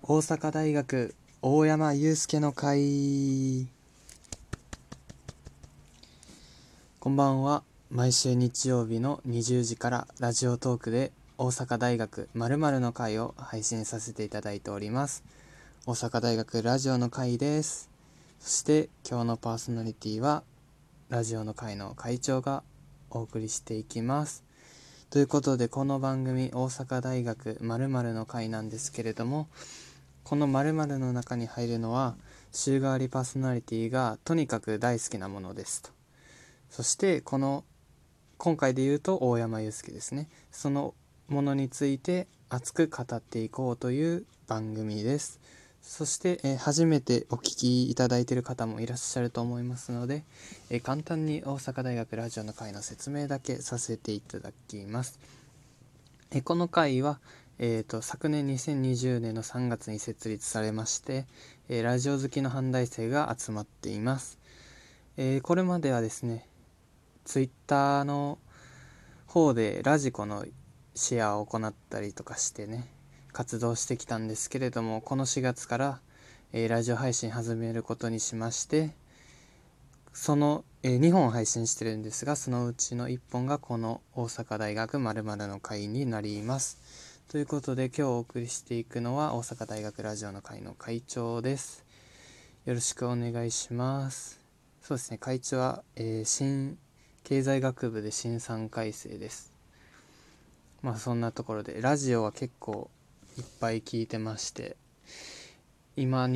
大阪大学大山祐介の会。こんばんは。毎週日曜日の20時からラジオトークで大阪大学〇〇の会を配信させていただいております。大阪大学ラジオの会です。そして今日のパーソナリティはラジオの会の会長がお送りしていきます。ということで、この番組大阪大学〇〇の会なんですけれども、この〇〇の中に入るのは週替わりパーソナリティがとにかく大好きなものですと。そして今回で言うと大山祐介ですね。そのものについて熱く語っていこうという番組です。そして、初めてお聞きいただいている方もいらっしゃると思いますので、簡単に大阪大学ラジオの会の説明だけさせていただきます。この会は昨年2020年の3月に設立されまして、ラジオ好きの阪大生が集まっています。これまではですね、ツイッターの方でラジコのシェアを行ったりとかしてね、活動してきたんですけれども、この4月から、ラジオ配信始めることにしまして、その、2本配信してるんですが、そのうちの1本がこの大阪大学〇〇の会になります。ということで、今日お送りしていくのは大阪大学ラジオの会の会長です。よろしくお願いします。そうですね、会長は、新経済学部で新3回生です。そんなところでラジオは結構いっぱい聞いてまして、今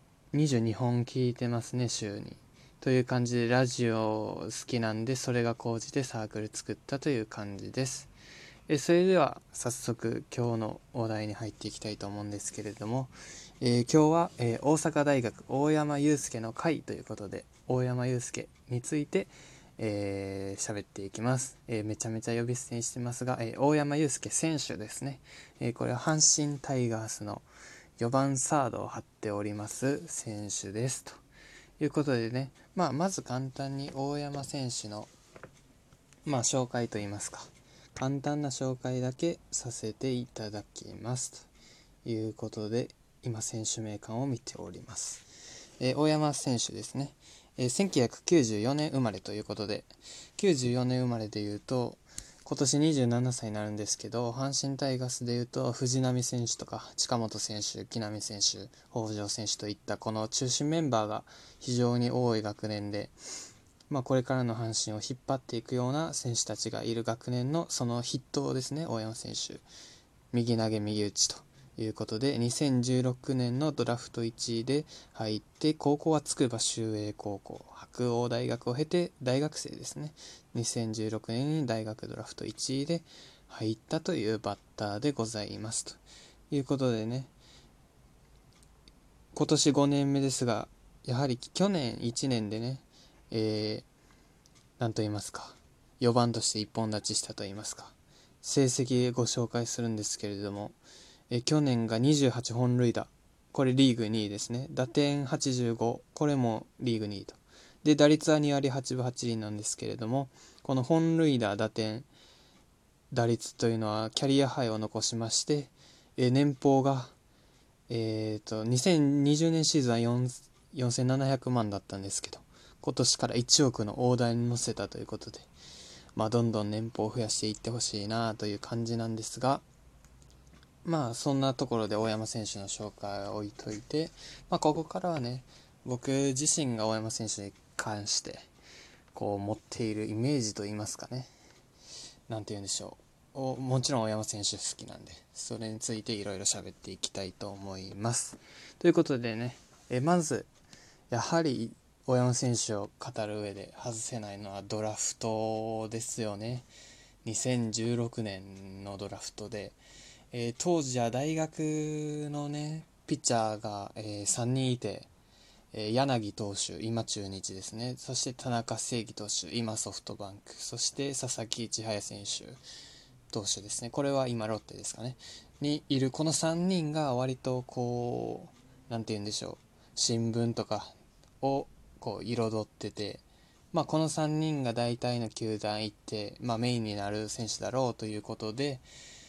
22本聞いてますね、週に。という感じでラジオ好きなんで、それが高じてサークル作ったという感じです。それでは早速今日のお題に入っていきたいと思うんですけれども、今日は、大阪大学大山祐介の会ということで、大山祐介について喋っていきます。めちゃめちゃ呼び捨てにしてますが、大山祐介選手ですね。これは阪神タイガースの4番サードを張っております選手ですということでね、まず簡単に大山選手の紹介といいますか、簡単な紹介だけさせていただきますということで、今選手名鑑を見ております。大山選手ですね、1994年生まれということで、94年生まれでいうと今年27歳になるんですけど、阪神タイガースでいうと藤浪選手とか近本選手、木浪選手、北條選手といったこの中心メンバーが非常に多い学年で、これからの阪神を引っ張っていくような選手たちがいる学年のその筆頭ですね、大山選手。右投げ右打ちということで、2016年のドラフト1位で入って、高校は筑波修英高校、白鴎大学を経て大学生ですね。2016年に大学ドラフト1位で入ったというバッターでございますということでね、今年5年目ですが、やはり去年1年でね、なんと言いますか、4番として一本立ちしたと言いますか、成績でご紹介するんですけれども、去年が28本塁打、これリーグ2位ですね。打点85、これもリーグ2位と。で、打率は2割8分8厘なんですけれども、この本塁打、打点、打率というのはキャリアハイを残しまして、年俸が、2020年シーズンは4700万だったんですけど、今年から1億の大台に乗せたということで、どんどん年俸を増やしていってほしいなという感じなんですが、そんなところで大山選手の紹介を置いといて、ここからはね、僕自身が大山選手に関して持っているイメージといいますかね、なんて言うんでしょう、もちろん大山選手好きなんで、それについていろいろ喋っていきたいと思います。ということでね、まずやはり大山選手を語る上で外せないのはドラフトですよね。2016年のドラフトで、当時は大学のねピッチャーが、3人いて、柳投手、今中日ですね、そして田中正義投手、今ソフトバンク、そして佐々木千早選手投手ですね、これは今ロッテですかねにいるこの3人が割となんて言うんでしょう、新聞とかを彩ってて、この3人が大体の球団行って、メインになる選手だろうということで、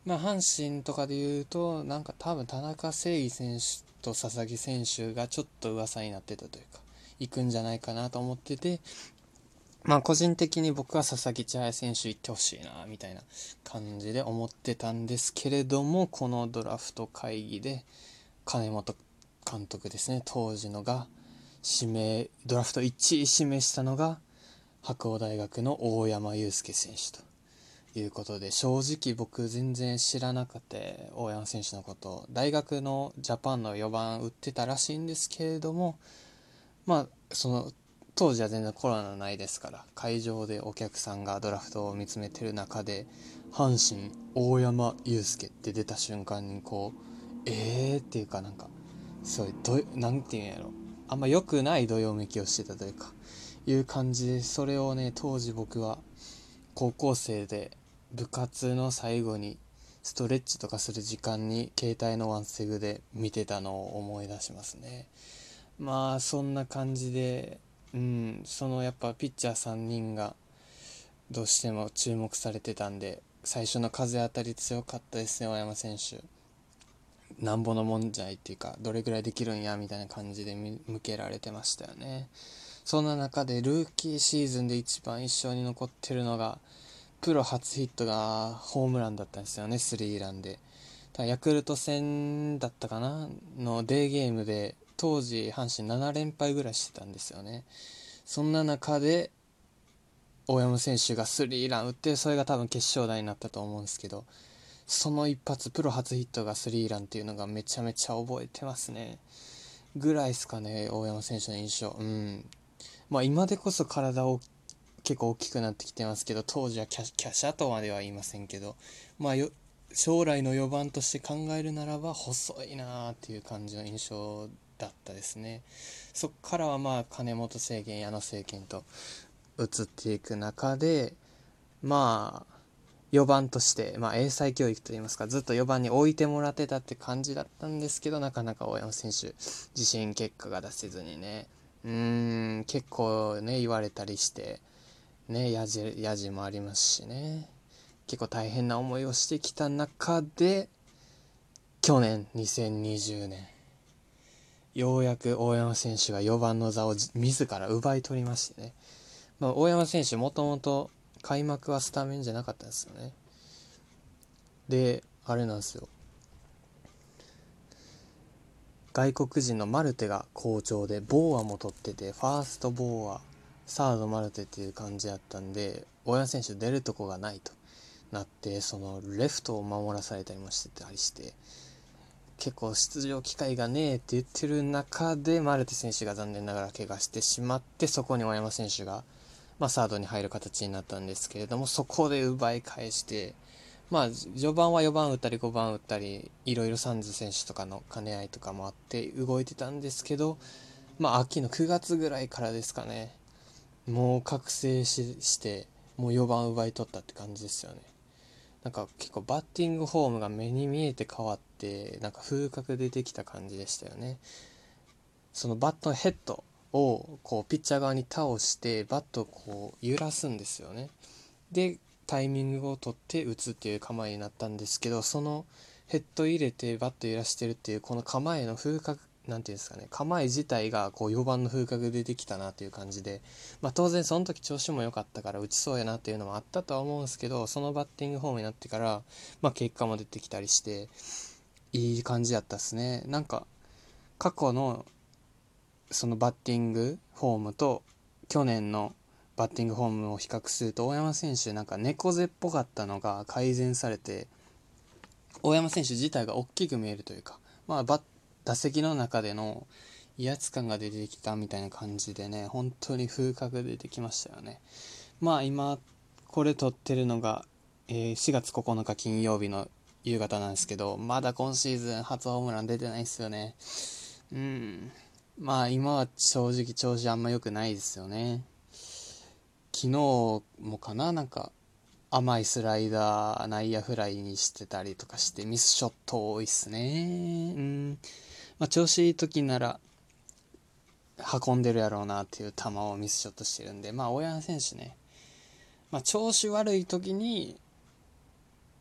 阪神とかで言うと、なんか多分田中正義選手と佐々木選手がちょっと噂になってたというか、行くんじゃないかなと思ってて、個人的に僕は佐々木千隼選手行ってほしいなみたいな感じで思ってたんですけれども、このドラフト会議で金本監督ですね、当時のがドラフト1位指名したのが白鴎大学の大山悠輔選手ということで、正直僕全然知らなくて、大山選手のこと、大学のジャパンの4番打ってたらしいんですけれども、その当時は全然コロナないですから、会場でお客さんがドラフトを見つめてる中で阪神大山悠輔って出た瞬間にっていうか、なんかそういうなんていうんやろ、あんま良くないどよめきをしてたというかいう感じで、それをね、当時僕は高校生で部活の最後にストレッチとかする時間に携帯のワンセグで見てたのを思い出しますね。そんな感じで、そのやっぱピッチャー3人がどうしても注目されてたんで、最初の風当たり強かったですね、大山選手。なんぼのもんじゃいっていうか、どれぐらいできるんやみたいな感じで向けられてましたよね。そんな中でルーキーシーズンで一番印象に残ってるのが、プロ初ヒットがホームランだったんですよね、スリーランで。ヤクルト戦だったかなのデーゲームで、当時阪神7連敗ぐらいしてたんですよね。そんな中で大山選手がスリーラン打って、それが多分決勝打になったと思うんですけど、その一発、プロ初ヒットがスリーランっていうのがめちゃめちゃ覚えてますね。ぐらいですかね、大山選手の印象。今でこそ体を結構大きくなってきてますけど、当時はキャシャとまでは言いませんけど、将来の4番として考えるならば細いなーっていう感じの印象だったですね。そっからは金本政権、矢野政権と移っていく中で、4番として、英才教育といいますか、ずっと4番に置いてもらってたって感じだったんですけど、なかなか大山選手自身結果が出せずにね、結構ね言われたりしてね、やじもありますしね、結構大変な思いをしてきた中で、去年2020年ようやく大山選手が4番の座を自ら奪い取りましてね。大山選手もともと開幕はスタメンじゃなかったんですよね。であれなんですよ、外国人のマルテが好調でボーアも取ってて、ファーストボーアサードマルテっていう感じだったんで、大山選手出るとこがないとなって、そのレフトを守らされたりもしてたりして、結構出場機会がねえって言ってる中で、マルテ選手が残念ながら怪我してしまって、そこに大山選手が、サードに入る形になったんですけれども、そこで奪い返して、序盤は4番打ったり5番打ったり、いろいろサンズ選手とかの兼ね合いとかもあって動いてたんですけど、秋の9月ぐらいからですかね、もう覚醒してもう4番奪い取ったって感じですよね。なんか結構バッティングフォームが目に見えて変わって、なんか風格出てきた感じでしたよね。そのバットのヘッドをピッチャー側に倒してバットを揺らすんですよね。でタイミングを取って打つっていう構えになったんですけど、そのヘッド入れてバット揺らしてるっていうこの構えの風格、なんていうんですかね、構え自体が4番の風格出てきたなという感じで、当然その時調子も良かったから打ちそうやなっていうのもあったとは思うんですけど、そのバッティングフォームになってから、結果も出てきたりしていい感じだったですね。なんか過去のそのバッティングフォームと去年のバッティングフォームを比較すると、大山選手なんか猫背っぽかったのが改善されて、大山選手自体が大きく見えるというか、打席の中での威圧感が出てきたみたいな感じでね、本当に風格出てきましたよね。今これ撮ってるのが、4月9日金曜日の夕方なんですけど、まだ今シーズン初ホームラン出てないですよね。今は正直調子あんま良くないですよね。昨日もかな、なんか甘いスライダー内野フライにしてたりとかしてミスショット多いっすね。調子いい時なら運んでるやろうなっていう球をミスショットしてるんで、大山選手ね、調子悪い時に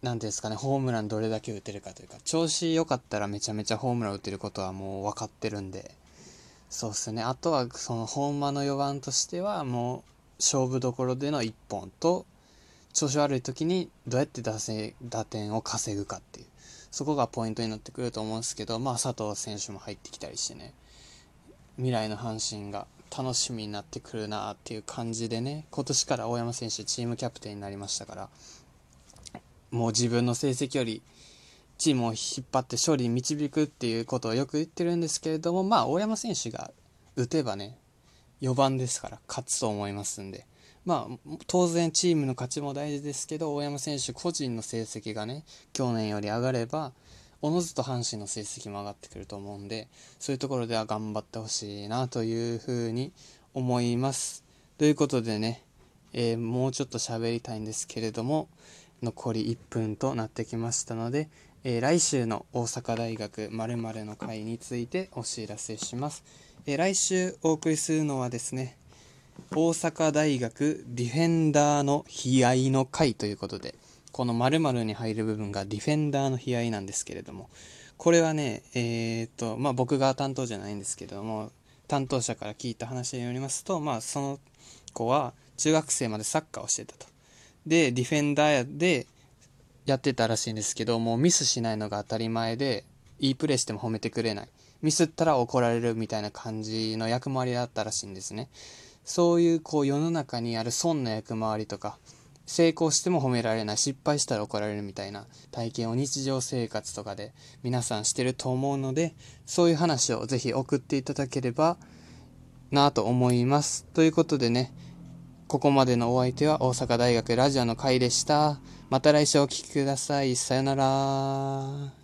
なんていうんですかね、ホームランどれだけ打てるかというか、調子良かったらめちゃめちゃホームラン打てることはもう分かってるんで、そうっすね。あとはそのホーマの4番としてはもう勝負どころでの1本と、調子悪い時にどうやって打点を稼ぐかっていう、そこがポイントになってくると思うんですけど、まあ佐藤選手も入ってきたりしてね、未来の阪神が楽しみになってくるなっていう感じでね、今年から大山選手チームキャプテンになりましたから、もう自分の成績よりチームを引っ張って勝利に導くっていうことをよく言ってるんですけれども、まあ大山選手が打てばね、4番ですから勝つと思いますんで、まあ当然チームの勝ちも大事ですけど、大山選手個人の成績がね、去年より上がればおのずと阪神の成績も上がってくると思うんで、そういうところでは頑張ってほしいなというふうに思います。ということでね、もうちょっと喋りたいんですけれども、残り1分となってきましたので、来週の大阪大学〇〇の会についてお知らせします。来週お送りするのはですね、大阪大学ディフェンダーの悲哀の会ということで、この〇〇に入る部分がディフェンダーの悲哀なんですけれども、これはね、まあ僕が担当じゃないんですけれども、担当者から聞いた話によりますと、まあその子は中学生までサッカーをしてたと。で、ディフェンダーでやってたらしいんですけど、もうミスしないのが当たり前で、いいプレーしても褒めてくれない。ミスったら怒られるみたいな感じの役回りだったらしいんですね。そういうこう世の中にある損な役回りとか、成功しても褒められない、失敗したら怒られるみたいな体験を日常生活とかで皆さんしてると思うので、そういう話をぜひ送っていただければなと思います。ということでね、ここまでのお相手は大阪大学ラジオの会でした。また来週お聞きください。さよなら。